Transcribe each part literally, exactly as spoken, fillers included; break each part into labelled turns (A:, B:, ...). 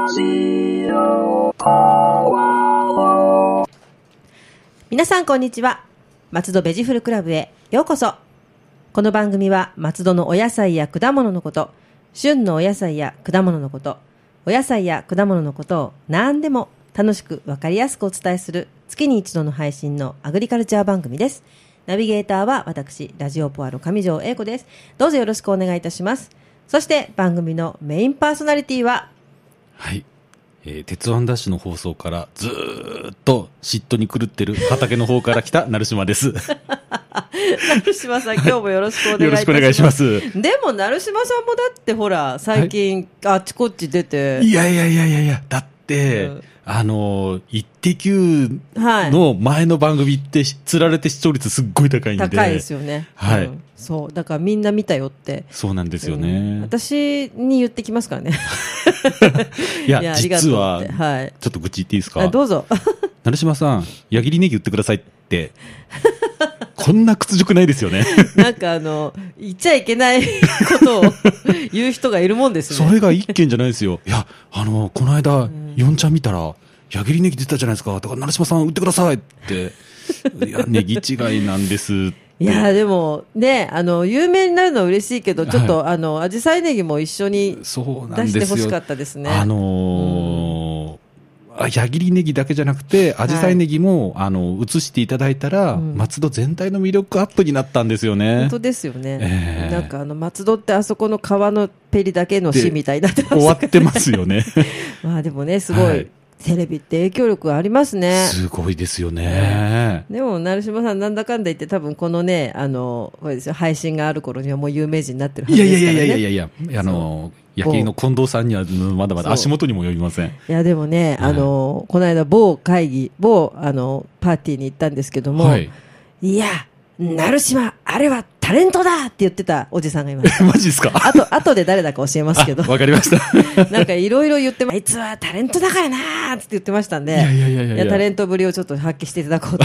A: 皆さんこんにちは。松戸ベジフルクラブへようこそ。この番組は松戸のお野菜や果物のこと、旬のお野菜や果物のこと、お野菜や果物のことを何でも楽しく分かりやすくお伝えする月に一度の配信のアグリカルチャー番組です。ナビゲーターは私、ラジオポアロ上条英子です。どうぞよろしくお願いいたします。そして番組のメインパーソナリティは、
B: はい、えー、鉄腕ダッシュの放送からずーっと嫉妬に狂ってる畑の方から来た成島です
A: 成島さん、今日もよろしくお願いいたします。
B: よろしくお願いします。
A: でも成島さんもだってほら最近、はい、あっちこっち出て、
B: いやいやいやいやいや、だって、うん、あのイッテ Q の前の番組ってつられて視聴率すっごい高いんで、
A: 高いですよね。
B: はい、
A: うん、そうだからみんな見たよって。
B: そうなんですよね、
A: うん、私に言ってきますからね
B: いや、いや実は、
A: はい、
B: ちょっと愚痴言っていいですか。
A: どうぞ
B: 成島さん、矢切ネギ売ってくださいってこんな屈辱ないですよね
A: なんかあの言っちゃいけないことを言う人がいるもんですね。
B: それが一件じゃないですよ。いや、あのこの間よんちゃん見たら矢切ネギ出たじゃないですか、だから成島さん売ってくださいっていや、ネギ違いなんですって。
A: いやでもね、あの有名になるのは嬉しいけど、ちょっと、はい、あの紫陽花ネギも一緒に出してほしかったですね。
B: あのーうん、矢切ネギだけじゃなくて紫陽花ネギも、はい、あの移していただいたら、うん、松戸全体の魅力アップになったんですよね。
A: 本当ですよね、
B: えー、
A: なんかあの松戸ってあそこの川のペリだけの市みたいになってます、ね、
B: 終わってますよね
A: まあでもね、すごい、はい、テレビって影響力ありますね。
B: すごいですよね。
A: でも成島さんなんだかんだ言って多分このね、あのこれですよ、配信がある頃にはもう有名人になってるはずですからね。
B: いやいやいやいやいや、あの野球の近藤さんにはまだまだ足元にも及びません。い
A: やでもね、あのこの間某会議某あのパーティーに行ったんですけども、はい、いや成島あれはタレントだって言ってたおじさんがいました。
B: マジですか。
A: あと後で誰だか教えますけど。
B: わかりました
A: なんかいろいろ言ってま、あいつはタレントだからなーって言ってましたんで、いやいやいやいやいや、タレントぶりをちょっと発揮していただこうと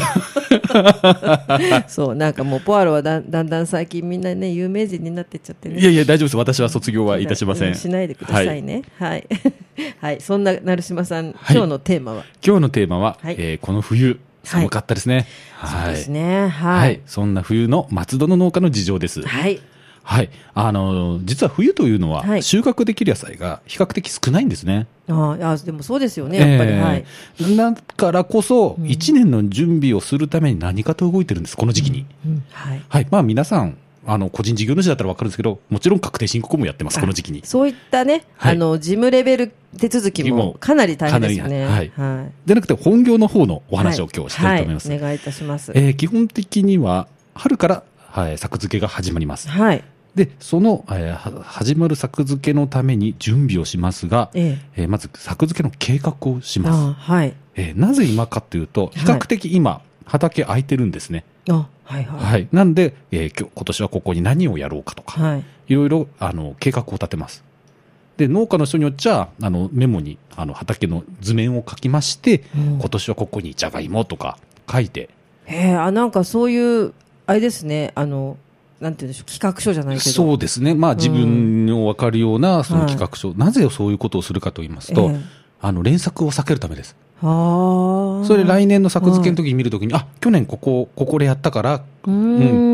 A: そう、なんかもうポアロはだんだんだん最近みんなね有名人になってっちゃってね。
B: いやいや大丈夫です。私は卒業はいたしません。
A: しないでくださいね。はい、はいはい、そんな成島さん、今日のテーマは、はい、
B: 今日のテーマは、はい、えー、この冬寒かったですね。
A: はい、そうですね。はい。
B: はい。そんな冬の松戸の農家の事情です。
A: はい。
B: はい。あの、実は冬というのは、収穫できる野菜が比較的少ないんですね。
A: はい、ああ、でもそうですよね、やっぱり。えー、はい。
B: だからこそ、いちねんの準備をするために何かと動いてるんです、この時期に。
A: うんうん、はい。
B: はい。まあ皆さん、あの個人事業主だったら分かるんですけど、もちろん確定申告もやってます、この時期に。
A: そういったね、はい、あの事務レベル手続きもかなり大変ですよね。
B: はい、はい、でなくて本業の方のお話を今日したいと思います。
A: はいはい、お願いいたします。
B: えー、基本的には春から、はい、作付けが始まります。
A: はい。で
B: その、えー、始まる作付けのために準備をしますが、えーえー、まず作付けの計画をします。あ、はい。えー、なぜ今かというと、比較的今、はい、畑空いてるんですね。
A: あ、はいはい。
B: はい。なんで、えー、今日、今年はここに何をやろうかとか、はい。いろいろ、あの、計画を立てます。で、農家の人によっちゃ、あの、メモに、あの、畑の図面を書きまして、うん、今年はここにじゃがいもとか書いて。
A: へえ、あ、なんかそういう、あれですね、あの、なんていうんでしょう、企画書じゃないけど。
B: そうですね。まあ、自分の分かるような、その企画書、はい。なぜそういうことをするかと言いますと、えー、あの、連作を避けるためです。
A: あ、
B: それ来年の作付けの時に見るときに、あ、去年ここ、ここでやったから、うん、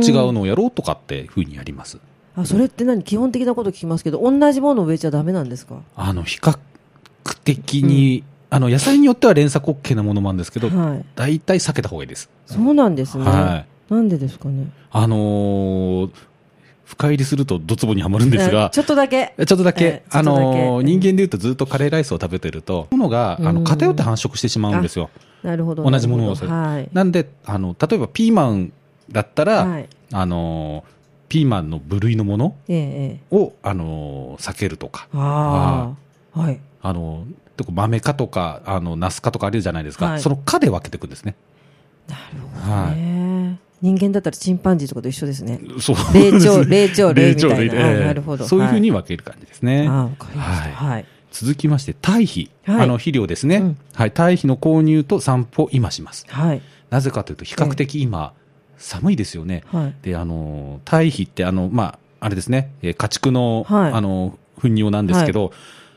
B: 違うのをやろうとかっていうふうにやります。
A: あ、それって何、基本的なこと聞きますけど、同じものを植えちゃダメなんですか。
B: あの、比較的に、うん、あの、野菜によっては連作 OK なものもあるんですけど、はい、大体避けた方がいいです。
A: そうなんですね。はい。なんでですかね。
B: あのー、深入りするとドツボにはまるんですが、
A: ちょっとだけ。
B: ちょっとだけ。あのー、人間で言うとずっとカレーライスを食べてると、ものが、あの、偏って繁殖してしまうんですよ。
A: なるほど。
B: 同じものをする。はい。なんで、あの、例えばピーマンだったら、はい、あのー、ピーマンの部類のものを、ええ、あのー、避けるとか。
A: ああ。はい。
B: あのー、豆科とか、あの、ナス科とかあるじゃないですか。はい、その科で分けていくんですね。
A: なるほどね。はい、人間だったらチンパンジーとかと一緒ですね。
B: そう。
A: 霊長、霊長類みたいな。なるほど。
B: そういうふうに分ける感じですね。
A: ああ、わかりました。はい。
B: 続きまして、堆肥。はい、あの、肥料ですね。うん、はい。堆肥の購入と散布を今します。はい。なぜかというと、比較的今、寒いですよね。はい。で、あの、堆肥って、あの、まあ、あれですね、家畜の、はい、あの、糞尿なんですけど、はい、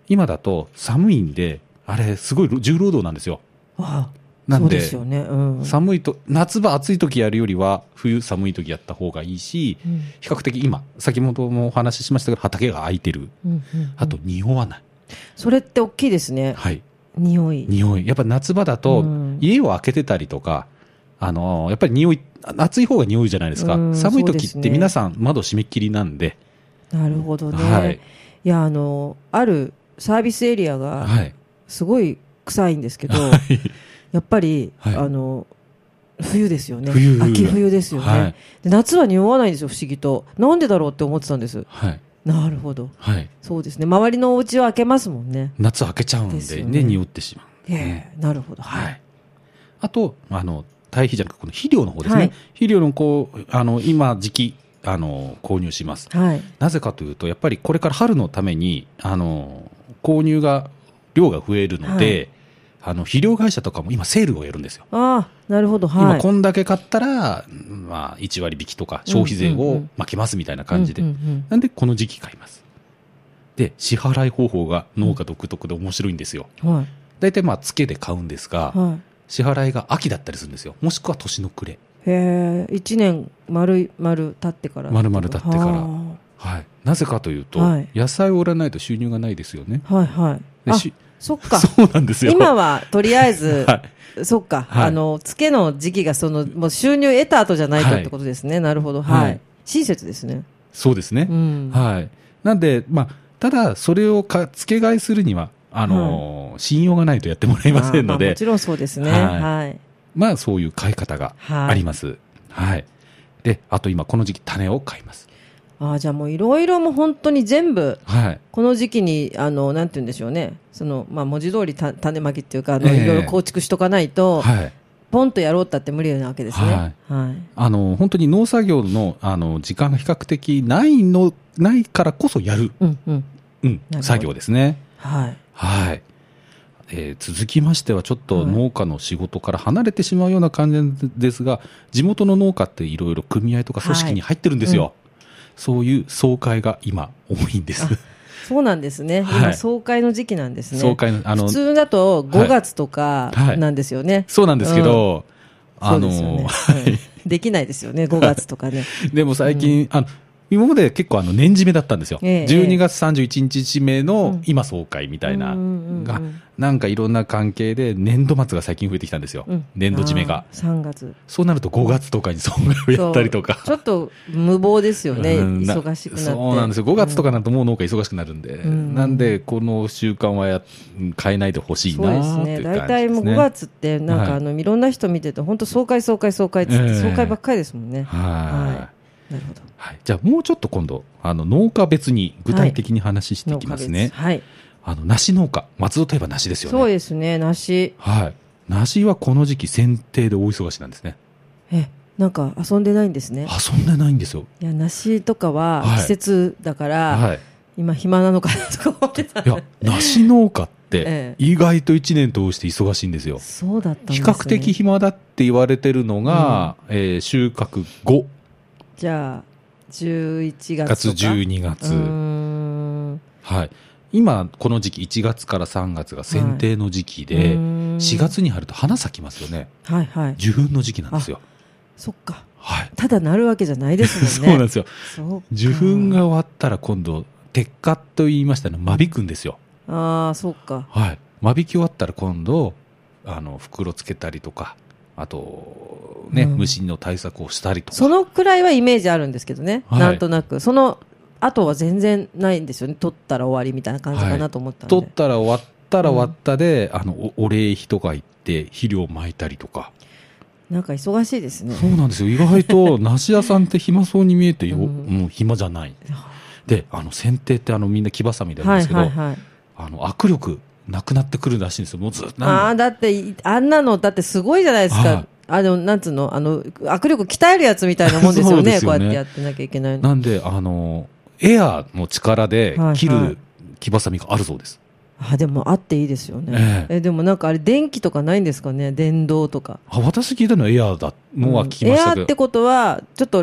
B: 今だと寒いんで、あれ、すごい重労働なんですよ。
A: ああ、
B: なんで、
A: そうですよね、うん、
B: 寒いと、夏場暑い時やるよりは、冬寒い時やった方がいいし、うん、比較的今、先ほどもお話ししましたけど、畑が空いてる。うんうんうん、あと、匂わない。
A: それって大きいですね。
B: はい。
A: 匂い。
B: 匂い。やっぱ夏場だと、家を開けてたりとか、あのー、やっぱり匂い、暑い方が匂いじゃないですか。うん、寒い時って皆さん窓閉めっきりなんで。
A: なるほどね。はい。いや、あの、あるサービスエリアが、すごい臭いんですけど、はい、やっぱり、はい、あの、冬ですよね。冬秋冬ですよね、はい、で。夏は匂わないんですよ、不思議と。なんでだろうって思ってたんです。はい、なるほど、はい。そうですね。周りのお家は開けますもんね。
B: 夏開けちゃうんでね、匂ってしまう、
A: ね。なるほど。はい。
B: あと、あの、堆肥じゃなくて、この肥料の方ですね。はい、肥料のこう、あの、今時期、あの、購入します。はい。なぜかというと、やっぱりこれから春のために、あの、購入が、量が増えるので、はい、あの、肥料会社とかも今セールをやるんですよ。
A: ああ、なるほど。はい。
B: 今こんだけ買ったら、まあ、いち割引きとか消費税を負けますみたいな感じで。なんで、この時期買います。で、支払い方法が農家独特で面白いんですよ。はい。大体まあ、付けで買うんですが、はい、支払いが秋だったりするんですよ。もしくは年の暮れ。
A: へえ、いちねん丸々経ってから。
B: 丸々経ってから。はい。なぜかというと、はい、野菜を売らないと収入がないですよね。
A: はいはい。あ、そっか。
B: そうなんですよ。
A: 今はとりあえず、はい、そっか、はい、あの、付けの時期がその、もう収入得た後じゃないとってことですね。はい、なるほど。はい。はい、親切ですね。
B: そうですね。うん、はい。なんで、まあ、ただ、それをか付け買いするには、あのーはい、信用がないとやってもらえませんので。
A: まあ、もちろんそうですね。はい。はい、
B: まあ、そういう買い方があります。はい。はい、で、あと今、この時期、種を買います。
A: ああ、じゃあもういろいろもう本当に全部、はい、この時期に、あの、なんて言うんでしょうね。その、まあ、文字通りた種まきっていうか、あの、えー、いろいろ構築しとかないと、はい、ポンとやろうったって無理なわけですね。はい。はい、
B: あの、本当に農作業の、あの、時間が比較的ないの、ないからこそやる、うんうんうん、作業ですね。はい。はい。えー、続きましてはちょっと農家の仕事から離れてしまうような感じですが、はい、地元の農家っていろいろ組合とか組織に入ってるんですよ、はい、うん、そういう総会が今多いんです。
A: そうなんですね、はい、今総会の時期なんですね。
B: 総会のあの
A: 普通だとごがつとかなんですよね、はいはい、
B: そうなんですけど、うん、あのー
A: ね、うん、できないですよねごがつとかね。
B: でも最近、うん、あの今まで結構あの年締めだったんですよ、ええ、じゅうにがつさんじゅういちにち締めの今総会みたいなが、なんかいろんな関係で年度末が最近増えてきたんですよ、うん、年度締めが
A: さんがつ。
B: そうなるとごがつとかに総会をやったりとか、
A: ちょっと無謀ですよね、うん、忙しくなって。
B: そうなんですよ、ごがつとかになるともう農家忙しくなるんで、うん、なんでこの習慣はや変えないでほしいなっていう感じですね。
A: 大体もうごがつってなんかあの、はい、いろんな人見てて本当総会総会総会って、えー、総会ばっかりですもんね。はい、なるほど。
B: はい、じゃあもうちょっと今度あの農家別に具体的に話していきますね。はい、あの梨農家、松戸といえば梨ですよね。
A: そうですね、梨。
B: はい、梨はこの時期剪定で大忙しなんですね。
A: え、なんか遊んでないんですね。
B: 遊んでないんですよ。
A: いや、梨とかは季節だから、はいはい、今暇なのかなとか思ってた。
B: いや、梨農家って意外といちねん通して忙しいんですよ。
A: そうだったんですね。
B: 比較的暇だって言われてるのが、うん、えー、収穫後。
A: じゃあじゅういちがつとか
B: じゅうにがつ、はい、今この時期いちがつからさんがつが剪定の時期で、はい、しがつに入ると花咲きますよね、はいはい、受粉の時期なんですよ。
A: そっか、はい、ただなるわけじゃないですもんね。
B: そうなんですよ。受粉が終わったら今度摘果と言いましたら間引くんですよ。
A: ああ、そっか、
B: はい、間引き終わったら今度あの袋つけたりとか、あとね、うん、虫の対策をしたりとか。
A: そのくらいはイメージあるんですけどね、はい、なんとなくその後は全然ないんですよね。取ったら終わりみたいな感じかなと思ったんで、
B: はい、取ったら終わったら終わったで、うん、あの お, お礼費とか行って肥料を撒いたりとか。
A: なんか忙しいですね。
B: そうなんですよ。意外と梨屋さんって暇そうに見えてよ、うん、もう暇じゃない。で、あの剪定ってあのみんな木ばさみであるんですけど、はいはいはい、あの握力なくなってくるらしいんですよ。もうずっと。
A: ああ、だってあんなのだってすごいじゃないですか。はい、あのなんつうの、あの握力鍛えるやつみたいなもんですよね。ですよね、こうやってやってなきゃいけないの。
B: なんであのエアの力で切る木ばさみがあるそうです。
A: はいはい、あ、でもあっていいですよね。えー、えでもなんかあれ電気とかないんですかね、電動とか。
B: あ、私聞いたのはエアだのは聞きましたけど、
A: うん、エアってことはちょっと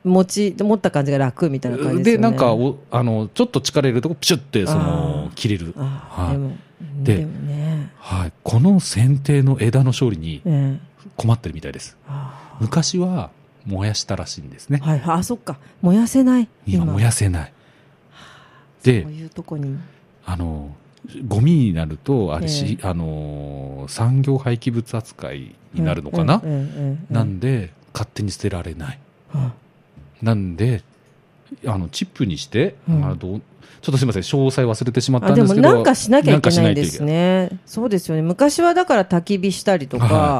A: 持ち持った感じが楽みたいな感じですよね。
B: でなんかおあのちょっと力入れるとピシュッてその切れる。
A: はい、でも
B: で、
A: でもね、
B: はい、この剪定の枝の処理に困ってるみたいです、えー、昔は燃やしたらしいんですね。
A: はい、あ、そっか、燃やせない。
B: 今燃やせない。で、
A: そういうとこに
B: あのゴミになるとあれし、えー、あの産業廃棄物扱いになるのかな、えーえーえー、なんで勝手に捨てられない、はあ、なんであのチップにして、うん、あのどうちょっとすみません、詳細忘れてしまったんですけど、
A: でもなんかしなきゃいけないんですね。そうですよね。昔はだから焚き火したりとか、はい、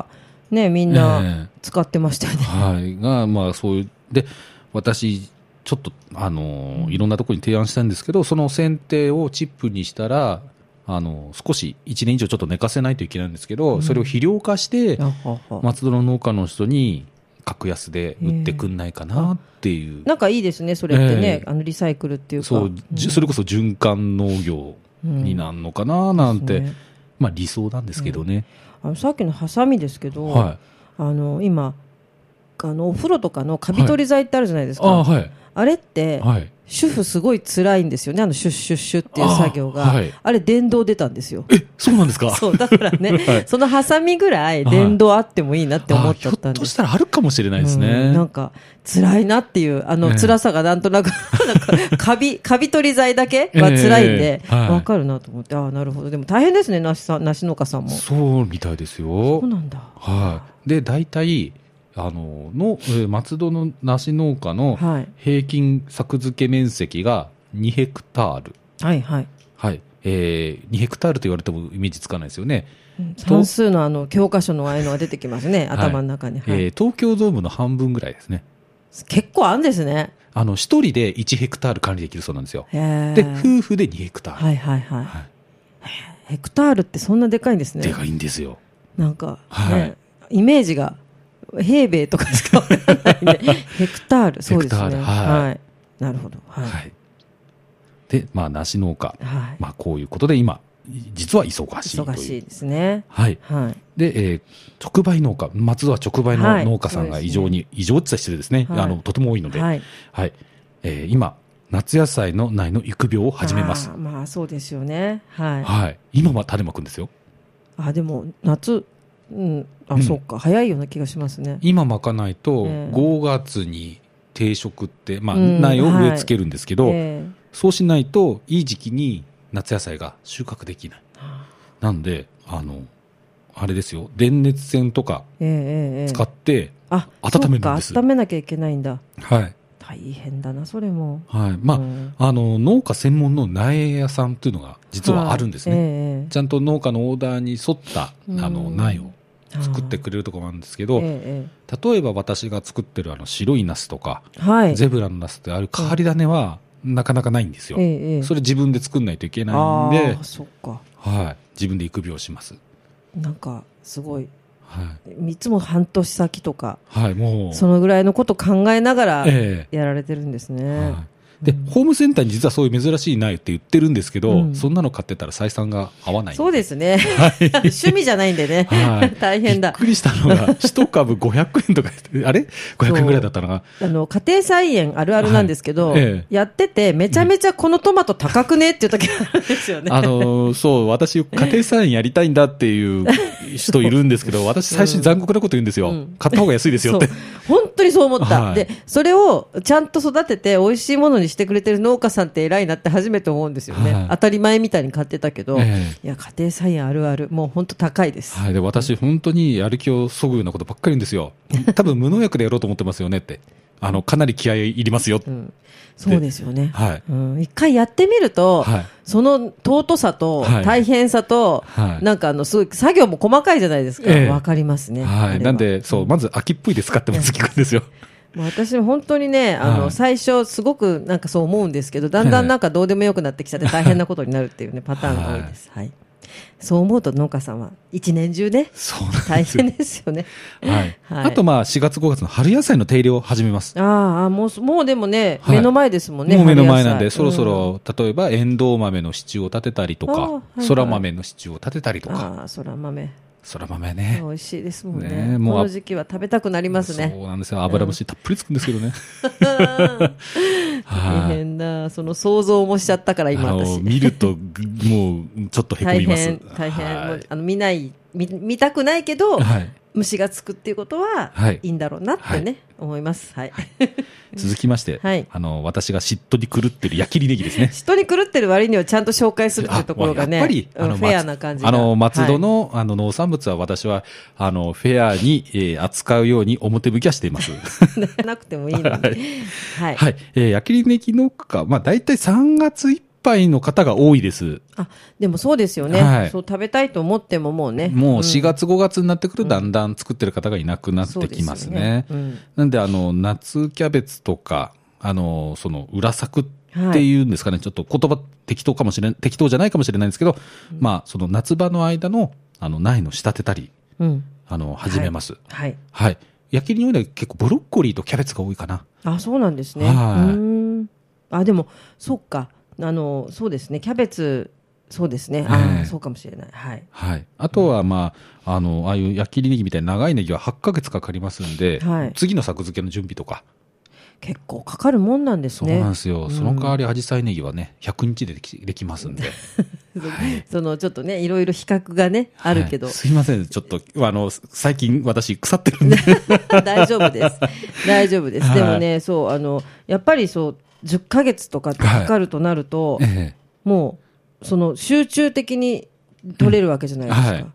A: ね、みんな使ってましたよね。
B: えー、はい、がまあそういうで私ちょっとあのいろんなところに提案したんですけど、その剪定をチップにしたらあの少しいちねん以上ちょっと寝かせないといけないんですけど、うん、それを肥料化して松戸の農家の人に格安で売ってくんないかなっていう、
A: えー、なんかいいですねそれってね、えー、あのリサイクルっていうか、
B: そう、うん、それこそ循環農業になるのかななんて、うんね、まあ理想なんですけどね、
A: うん、あのさっきのハサミですけど、はい、あの今あのお風呂とかのカビ取り剤ってあるじゃないですか、はい、あ、はい、あれって、はい、主婦すごい辛いんですよね、あのシュッシュッシュっていう作業が あ,、はい、あれ電動出たんですよ。
B: え、そうなんですか。
A: そうだからね、はい、そのハサミぐらい電動あってもいいなって思っちゃったんで、
B: ひょっとしたらあるかもしれないですね、
A: うん、なんか辛いなっていうあの辛さがなんとなく、なんかカビカビ取り剤だけは辛いんで、えーはい、分かるなと思って、ああなるほど。でも大変ですね、梨さん、梨農家さんも。
B: そうみたいですよ。
A: そうなんだ。
B: はい。で大体あのの松戸の梨農家の平均作付け面積がにヘクタール、
A: はいはい
B: はい、えー、にヘクタールと言われてもイメージつかないですよね、
A: うん、算数のあの教科書のああいうのが出てきますね頭の中に、はい、
B: えー、東京ドームの半分ぐらいですね。
A: 結構あるんですね。
B: あの一人でいちヘクタール管理できるそうなんですよ。で夫婦でにヘクタール、
A: はいはいはい、はい、ヘクタールってそんなでかいんですね。
B: でかいんですよ。
A: なんか、ね、はい、イメージが平米とかしかわからないんでヘクタール、そうですね、はいはい、なるほど、はいはい、
B: でまあ梨農家、はい、まあ、こういうことで今実は忙しいという、
A: 忙しいですね、
B: はいはい、で、えー、直売農家、松戸は直売の農家さんが異常に、はい、異常って言ったら失礼ですね、はい、あのとても多いので、はいはい、えー、今夏野菜の苗の育苗を始めます。
A: あ、まあそうですよね、はい
B: はい、今は種まくんですよ。
A: あ、でも夏、うん、あ、うん、そうか、早いような気がしますね。
B: 今まかないとごがつに定植って、まあ、苗を植え付けるんですけど、うん、はい、えー、そうしないといい時期に夏野菜が収穫できない。なんであのあれですよ、電熱線とか使って温めるんです。
A: あ、そうか、温めなきゃいけないんだ。
B: はい、
A: 大変だなそれも。
B: はい、まあ、うん、あの農家専門の苗屋さんっていうのが実はあるんですね、はい、えー、ちゃんと農家のオーダーに沿ったあの苗を作ってくれるところなんですけど、えー、例えば私が作ってるあの白いナスとか、はい、ゼブラのナスってある変わり種はなかなかないんですよ、えー、それ自分で作んないといけないんで、
A: あ、そっか、
B: はい、自分で育苗します。
A: なんかすごい、はい、いつも半年先とか、
B: はい、もう
A: そのぐらいのこと考えながらやられてるんですね、えーはい、
B: で、うん、ホームセンターに実はそういう珍しい苗って言ってるんですけど、うん、そんなの買ってたら採算が合わない。
A: そうですね、はい、趣味じゃないんでね、はい、大変だ。
B: びっくりしたのが一株ごひゃくえんとかあれごひゃくえんぐらいだったのが、
A: あの家庭菜園あるあるなんですけど、はい、ええ、やっててめちゃめちゃこのトマト高くねっていう時あるんですよね。
B: あのそう私家庭菜園やりたいんだっていう人いるんですけど私最初に残酷なこと言うんですよ、うん、買った方が安いですよって。
A: 本当にそう思った、はい、でそれをちゃんと育てて美味しいものにしてくれてる農家さんって偉いなって初めて思うんですよね、はい、当たり前みたいに買ってたけど、えー、いや家庭菜園あるある、もう本当高いです、
B: はい、で私本当にやる気をそぐようなことばっかり言うんですよ。多分無農薬でやろうと思ってますよねってあのかなり気合い入りますよ、うん、
A: そうですよね、はい、うん、一回やってみると、はい、その尊さと大変さと、はい、なんかあのすごい作業も細かいじゃないですか、えー、分かりますね、
B: はい、なんでそう、まず秋っぽいで使ってます聞くんですよ。
A: 私本当にね、あの、はい、最初すごくなんかそう思うんですけど、だんだんなんかどうでもよくなってきちゃって大変なことになるっていうねパターンが多いです、はいはい、そう思うと農家さんは一年中ね大変ですよね、
B: はいはい、あとまあしがつごがつの春野菜の手入れを始めます。
A: ああ、もう、もうでもね、はい、目の前ですもんね。
B: もう目の前なんでそろそろ、うん、例えばエンドウ豆の支柱を立てたりとか、はいはい、そら豆の支柱を立てたりとか、
A: あ、そら豆
B: そら豆ね。
A: 美味しいですもんね。
B: ね、
A: もうこの時期は食べたくなりますね。
B: そうなんですよ。油虫たっぷりつくんですけどね。
A: 大変だ。その想像もしちゃったから今私。
B: 見ると、もう、ちょっとへこみます。
A: 大変、大変。もうあの見ない、見、見たくないけど、はい、虫がつくっていうことは、いいんだろうなってね、はい、思います。はい。はい、
B: 続きまして、はい、あの、私が嫉妬に狂ってる矢切ネギですね。
A: 嫉妬に狂ってる割にはちゃんと紹介するっていうところがね、やっぱり、あの、フェアな感じが。
B: あの、松戸の、はい、あの、農産物は私は、あの、フェアに、えー、扱うように表向きはしています。
A: なくてもいいのに。はい。
B: はい。はい、えー、矢切ネギ農家、まあ、大体さんがついっぱいの方が多いです。
A: あ、でもそうですよね。はい、そう食べたいと思ってももうね。
B: もうしがつごがつになってくるとだんだん作ってる方がいなくなってきますね。うん、ねうん、なんであの夏キャベツとかあのその裏作っていうんですかね、はい、ちょっと言葉適当かもしれない適当じゃないかもしれないんですけど、うん、まあその夏場の間のあの苗の仕立てたり、うん、あの始めます。はい。はい。焼きにおいでは結構ブロッコリーとキャベツが多いかな。
A: あ、そうなんですね。はい。うん。あ、でもそっか。あのそうですね、キャベツ、そうですね、あ、そうかもしれない、はいはい、
B: あとは、まあ、あのああいう矢切ネギみたいな長いネギははっかげつかかりますんで、はい、次の作付けの準備とか
A: 結構かかるもんなんですね。
B: そうなんですよ、うん、その代わりアジサイネギはねひゃくにちででき、できますんで
A: はい、そのちょっとねいろいろ比較がねあるけど、はい、
B: すいませんちょっとあの最近私腐ってるんで
A: 大丈夫です大丈夫です、はい、でもねそうあのやっぱりそうじゅっかげつとかってかかるとなると、はいええ、もうその集中的に取れるわけじゃないですか、うんはい、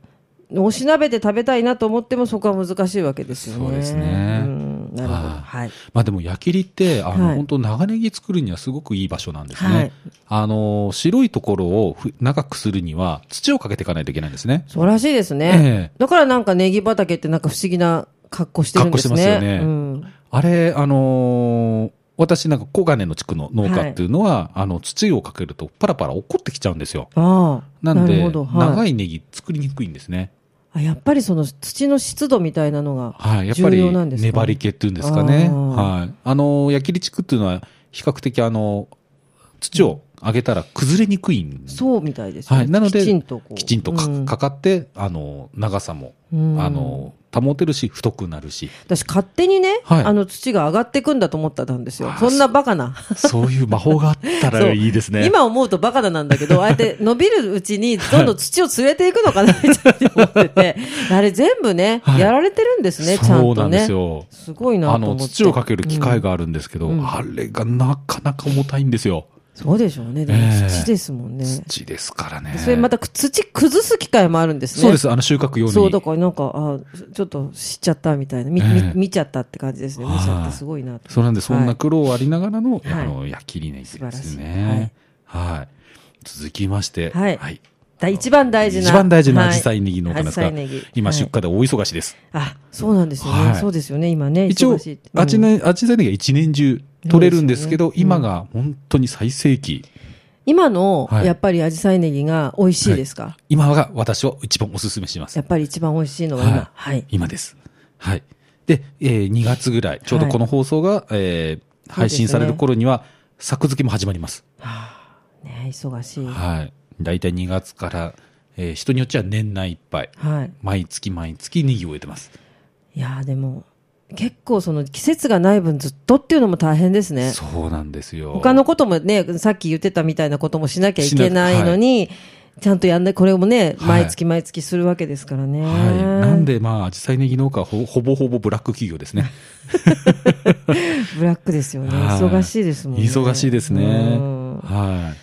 A: おしなべて食べたいなと思ってもそこは難しいわけですよね。
B: そうですね、うん、
A: なるほど、はい、
B: まあ、でも矢切ってあの、はい、本当長ネギ作るにはすごくいい場所なんですね、はい、あの白いところを長くするには土をかけていかないといけないんですね。
A: そうらしいですね、ええ、だからなんかネギ畑ってなんか不思議な格好してるんですね。
B: 格好してますよね、うん、あれあのー私なんか小金の地区の農家っていうのは、はい、あの土をかけるとパラパラ落っこってきちゃうんですよ。あなんで、はい、長いネギ作りにくいんですね。
A: あやっぱりその土の湿度みたいなのが重要なんですか、
B: はい、やっぱり粘り気っていうんですかね。あ、はい、あの矢切地区っていうのは比較的あの土を上げたら崩れにくいん、
A: そうみたいですね、はい、
B: なので
A: きちんとこう
B: きちんと か,、うん、かかってあの長さも、うん、あの保てるし太くなるし、
A: 私勝手にね、はい、あの土が上がっていくんだと思ってたんですよ。そんなバカな
B: そういう魔法があったらいいですね
A: 今思うとバカななんだけどああやって伸びるうちにどんどん土を連れていくのかなみたいに思っててあれ全部ね、はい、やられてるんですね、ちゃんとね。そうなんですよ。すごいなと思って。
B: あの土をかける機械があるんですけど、うん、あれがなかなか重たいんですよ。
A: そうでしょうね。でも土ですもんね、えー、
B: 土ですからね。
A: それまた土崩す機会もあるんですね。
B: そうです。あの収穫用に。
A: そうだからなんかあちょっと知っちゃったみたいな 見,、えー、見ちゃったって感じですね。見ちゃってすごいなと。
B: そうなんでそんな苦労ありながらの、はい、あの矢切ネギですね。はい、はい、続きまして、はい、はい、
A: 一番大事な
B: 一番大事なアジサイネギ農家ですが、はい、今出荷で大忙しです。
A: はい、あそうなんですよね、はい、そうですよね今ね
B: 一応アジサイネギは一年中取れるんですけど、ね、今が本当に最盛期。
A: 今の、はい、やっぱりアジサイネギが美味しいですか？はい、
B: 今が私は一番おすすめします。
A: やっぱり一番美味しいのが今。はい。
B: はい、今です。はい。で、えー、にがつぐらい、ちょうどこの放送が、はい、えー、配信される頃には、作付けも始まります。
A: はあ、ね忙しい。
B: はい。だいたいにがつから、えー、人によっちゃ年内いっぱい。はい。毎月毎月ネギを植えてます。
A: いやーでも、結構その季節がない分ずっとっていうのも大変ですね。
B: そうなんですよ。
A: 他のこともね、さっき言ってたみたいなこともしなきゃいけないのに、はい、ちゃんとやんない、これもね、毎月毎月するわけですからね。はい。
B: なんでまあ、アジサイネギ農家は ほ, ほぼほぼブラック企業ですね。
A: ブラックですよね。忙しいですもんね。
B: 忙しいですね。はい。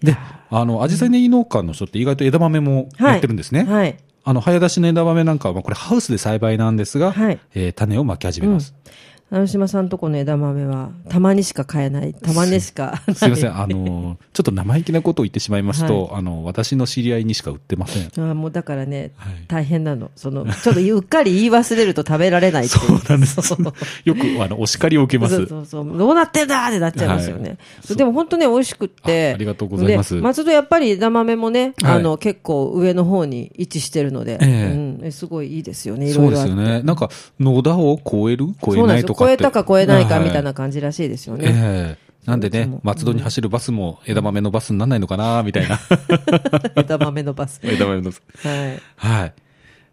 B: で、あの、アジサイネギ農家の人って意外と枝豆もやってるんですね。はい。はい、あの早出しの枝豆なんかは、まあ、これハウスで栽培なんですが、はい、えー、種をまき始めます。
A: うん、成島さんとこの枝豆はたまにしか買えない、たまにしか
B: すいません、あのちょっと生意気なことを言ってしまいますと、はい、あの私の知り合いにしか売ってません。
A: あもうだからね、はい、大変なの。そのちょっとうっかり言い忘れると食べられないっていう
B: そうなんですよくあのお叱りを受けます。
A: そうそうそう、どうなってんだってなっちゃいますよね。はい、でも本当ね美味しくって
B: あ, ありがとうございます。
A: 松戸やっぱり枝豆もね、はい、あの結構上の方に位置してるので、えーうん、すごいいいですよね。いろいろあって。そうですよね。なんか
B: 野田を超える超えないとかって、
A: 超えたか超えないかみたいな感じらしいですよね。
B: えー、なんでね、松戸に走るバスも枝豆のバスにならないのかなみたいな。
A: 枝豆のバス。
B: 枝豆のバス。はい。はい。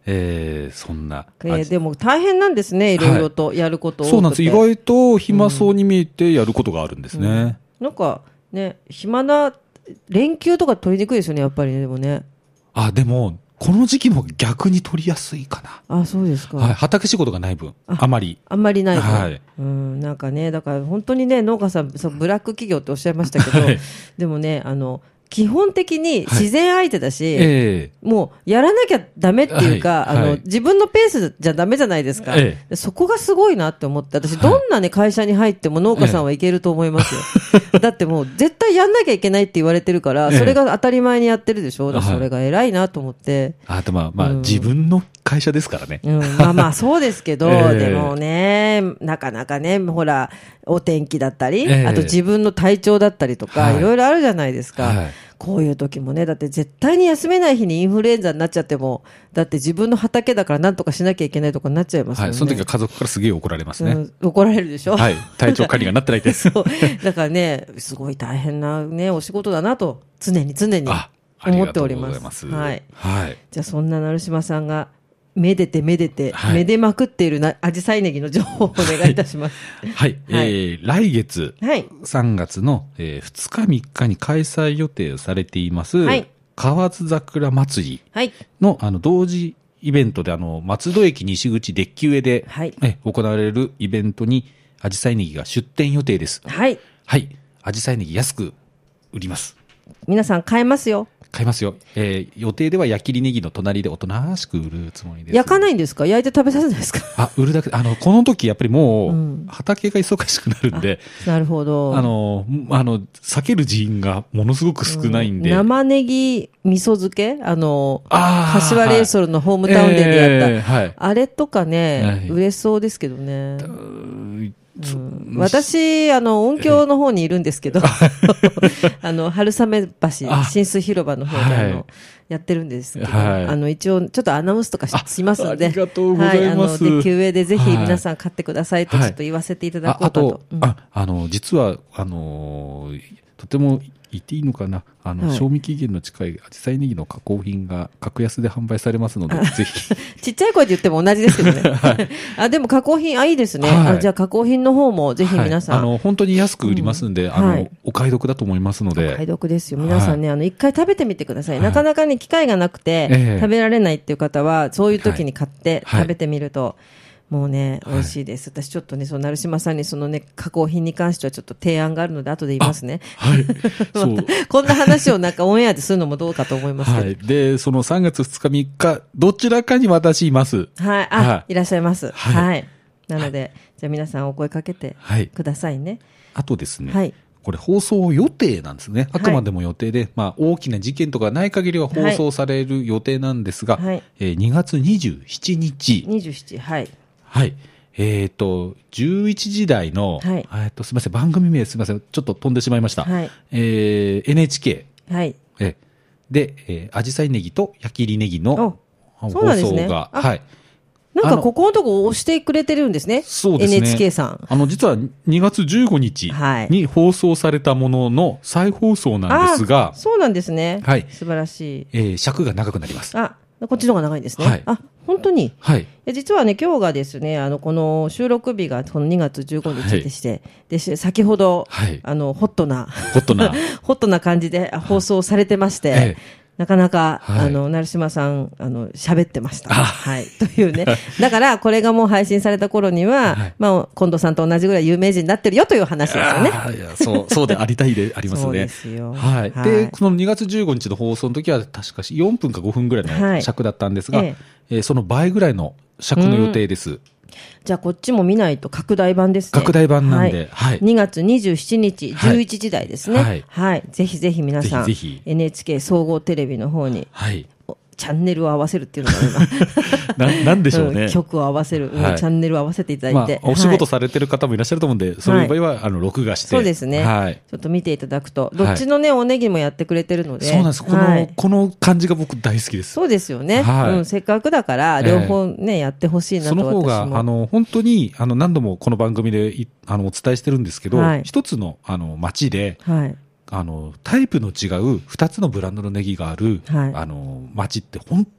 B: えー、そんな。
A: えー、でも大変なんですね、いろいろとやることを、はい、
B: そうなんです。意外と暇そうに見えてやることがあるんですね。うんうん、
A: なんかね、暇な、連休とか取りにくいですよね、やっぱりね、でもね。
B: あ、でも、この時期の逆に取りやすいかな。
A: あ、そうですか。
B: はい。畑仕事がない分、あ, あまり。
A: あんまりない分。
B: はい。
A: うん、なんかね、だから本当にね、農家さん、そうブラック企業っておっしゃいましたけど、はい、でもね、あの、基本的に自然相手だし、はいえー、もうやらなきゃダメっていうか、はい、あの、はい、自分のペースじゃダメじゃないですか、えー、そこがすごいなって思って、私どんなね、会社に入っても農家さんはいけると思いますよ。えー、だってもう絶対やんなきゃいけないって言われてるから、それが当たり前にやってるでしょ。だからそれが偉いなと思って。
B: あとまあまあ、うん、自分の会社ですからね。
A: うん、まあまあそうですけど、えー、でもね、なかなかね、ほら、お天気だったり、えー、あと自分の体調だったりとか、はい、いろいろあるじゃないですか。はいこういう時もね、だって絶対に休めない日にインフルエンザになっちゃっても、だって自分の畑だからなんとかしなきゃいけないとかになっちゃいますよね。
B: はい、その時は家族からすげえ怒られますね。うん、
A: 怒られるでしょ。
B: はい、体調管理がなってないです。
A: そう。だからね、すごい大変なね、お仕事だなと、常に常に思っております。ありがとうございます。はい。はい。じゃあそんな成島さんが、めでてめでて、はい、めでまくっているな、あじさいネギの情報をお願いいたします。
B: はい。はい、えー、来月、はい、さんがつの、えー、ふつかみっかに開催予定されています、はい、河津桜祭りの、あの、同時イベントで、あの、松戸駅西口デッキ上で、はい、え行われるイベントに、あじさいネギが出店予定です。はい。はい。あじさいネギ安く売ります。
A: 皆さん買えますよ。
B: 買いますよ、えー。予定では焼きりネギの隣でおとなしく売るつもりです。
A: 焼かないんですか？焼いて食べさせないですか？
B: あ、売るだけ。あの、この時やっぱりもう、畑が忙しくなるんで。
A: うん、なるほど。
B: あの、あの、避ける人員がものすごく少ないんで。
A: うん、生ネギ味噌漬けあの、あ柏レイソルのホームタウンでやった。えーはい、あれとかね、はい、売れそうですけどね。うん、私、あの、音響の方にいるんですけど、あの、春雨橋、浸水広場の方で、あの、はい、やってるんですけど、はい、あの、一応、ちょっとアナウンスとか し, しますので、
B: ありがとうございます。はい、あの、
A: デッキ上でぜひ皆さん買ってくださいと、ちょっと言わせていただこうかと。はいはい、あ, あと、
B: うん、あ、あの、実は、あの、とても、言っていいのかなあの、はい、賞味期限の近いアジサイネギの加工品が格安で販売されますので、ぜひ。
A: ちっちゃい声で言っても同じですけどね。はい、あでも加工品、あ、いいですね。はい、あじゃあ加工品の方もぜひ皆さん。
B: はい、あの、本当に安く売りますんで、うん、あの、はい、お買い得だと思いますので。
A: お買い得ですよ。皆さんね、はい、あの、一回食べてみてください。なかなかね、機会がなくて、えー、食べられないっていう方は、そういう時に買って食べてみると、はいはいもうね、美味しいです。はい、私ちょっとね、その成島さんにそのね、加工品に関してはちょっと提案があるので、後で言いますね。はい。そう。こんな話をなんかオンエアでするのもどうかと思いますけど。はい。
B: で、そのさんがつふつかみっか、どちらかに私います。
A: はい。あ、はい、いらっしゃいます。はい。はい、なので、はい、じゃあ皆さんお声かけてくださいね。はい、
B: あとですね。はい。これ放送予定なんですね。あくまでも予定で、はい、まあ大きな事件とかない限りは放送される予定なんですが、はいえー、にがつにじゅうしちにち。
A: にじゅうしち、はい。
B: はい。えっ、ー、と、じゅういちじ台の、はい、えっと、すみません、番組名すみません、ちょっと飛んでしまいました。はい、えー、エヌエイチケー。はい。えで、えー、アジサイネギと焼きりネギの放送が、ね、はい。
A: なんかここのとこ押してくれてるんですね。
B: そうですね。
A: エヌエイチケー さん。
B: あの、実はにがつじゅうごにちに放送されたものの再放送なんですが。
A: そうなんですね。はい。素晴らしい。
B: えー、尺が長くなります。
A: あ、こっちの方が長いんですね。はい。あ、本当に。はい。実はね、今日がですね、あの、この収録日がこのにがつじゅうごにちでして、はい、で、先ほど、はい、あの、ホットな、
B: ホットな、
A: ホットな感じで放送されてまして、はい、なかなか、はい、あの、成島さん、あの、喋ってました。はい。というね。だから、これがもう配信された頃には、はい、まあ、近藤さんと同じぐらい有名人になってるよという話ですよね。
B: いや、そう、そうでありたいでありますね。そう
A: ですよ。
B: はい。はい、で、このにがつじゅうごにちの放送の時は、確かよんぷんかごふんぐらいの尺だったんですが、はいえええー、その倍ぐらいの尺の予定です。
A: じゃあこっちも見ないと拡大版ですね。
B: 拡大版なんで、はい。はい、
A: にがつにじゅうしちにち、じゅういちじ台ですね。はい。はい。ぜひぜひ皆さん、ぜひぜひ エヌエイチケー 総合テレビの方に、はい。チャンネルを合わせるっていうのが
B: 今な。なんでしょうね、
A: うん。曲を合わせる、はい、チャンネルを合わせていただいて。
B: まあ、お仕事されてる方もいらっしゃると思うんで、はい、そういう場合は、あの、録画して。
A: そうですね。はい。ちょっと見ていただくと、どっちのね、おネギもやってくれてるので。
B: そうなんです。この、はい、この感じが僕大好きです。
A: そうですよね。はい。うん、せっかくだから、両方ね、えー、やってほしいなと私も。
B: その方が、あの、本当に、あの、何度もこの番組で、あの、お伝えしてるんですけど、はい、一つの、あの、街で、はい。あの、タイプの違う二つのブランドのネギがある、はい、あの、町って本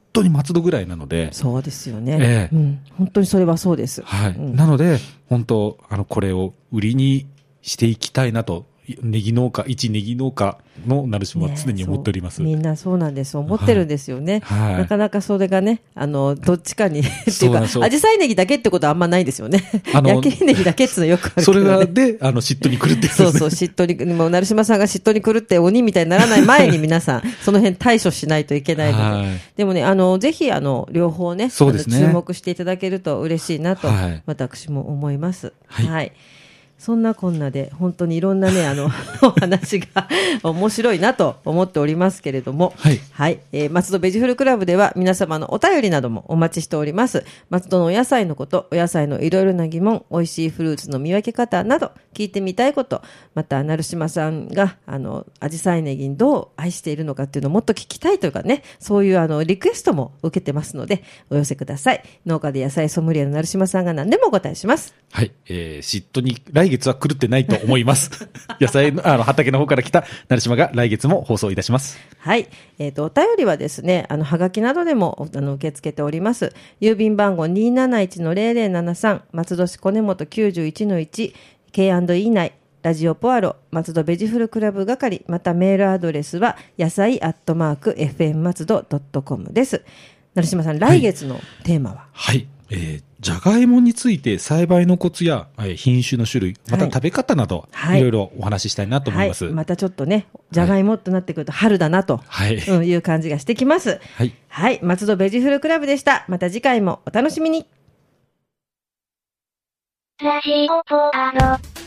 B: 当に松戸ぐらいなので。
A: そうですよね。
B: ええ、
A: うん。本当にそれはそうです。
B: はい。
A: うん、
B: なので、本当、あの、これを売りにしていきたいなと、ネギ農家、一ネギ農家の成島は常に思っております。
A: ね、みんなそうなんです。思ってるんですよね。
B: はい。
A: なかなかそれがね、あの、どっちかに、っていうか、アジサイネギだけってことはあんまないですよね。あの、焼きネギだけっていうのよくあるけど、ね。
B: それがで、あの、嫉妬に来るってやつですね。
A: そうそう、嫉妬に、もう成島さんが嫉妬に来るって鬼みたいにならない前に皆さん、その辺対処しないといけないので。はい、でもね、あの、ぜひ、あの、両方ね、そうですね、注目していただけると嬉しいなと、はい、私も思います。はい、はい、そんなこんなで本当にいろんなね、あの、お話が面白いなと思っておりますけれども、はい。はい。えー、松戸ベジフルクラブでは皆様のお便りなどもお待ちしております。松戸のお野菜のこと、お野菜のいろいろな疑問、美味しいフルーツの見分け方など、聞いてみたいこと、また、成島さんが、あの、アジサイネギにどう愛しているのかっていうのをもっと聞きたいというかね、そういうあの、リクエストも受けてますので、お寄せください。農家で野菜ソムリエの成島さんが何でもお答えします。
B: はい。えー、嫉妬に、来月は狂ってないと思います。野菜の、あの、畑の方から来た成島が来月も放送いたします。
A: はい。えっと、お便りはですね、あの、はがきなどでも、あの、受け付けております。郵便番号 にーなないちのゼロゼロななさん、松戸市小根本 きゅうじゅういちのいち、ケーアンドイー 内、ラジオポアロ、松戸ベジフルクラブ係、またメールアドレスは、野菜アットマーク、エフエム 松戸 ドットコム です。成島さん、来月のテーマは？
B: はい。はい、えー、じゃがいもについて栽培のコツや、えー、品種の種類、また食べ方など、はい、いろいろお話ししたいなと思います。
A: はい、またちょっとね、じゃがいもとなってくると春だなと、はい、うん、いう感じがしてきます。はい。はい。松戸ベジフルクラブでした。また次回もお楽しみに。ラジオポアロ。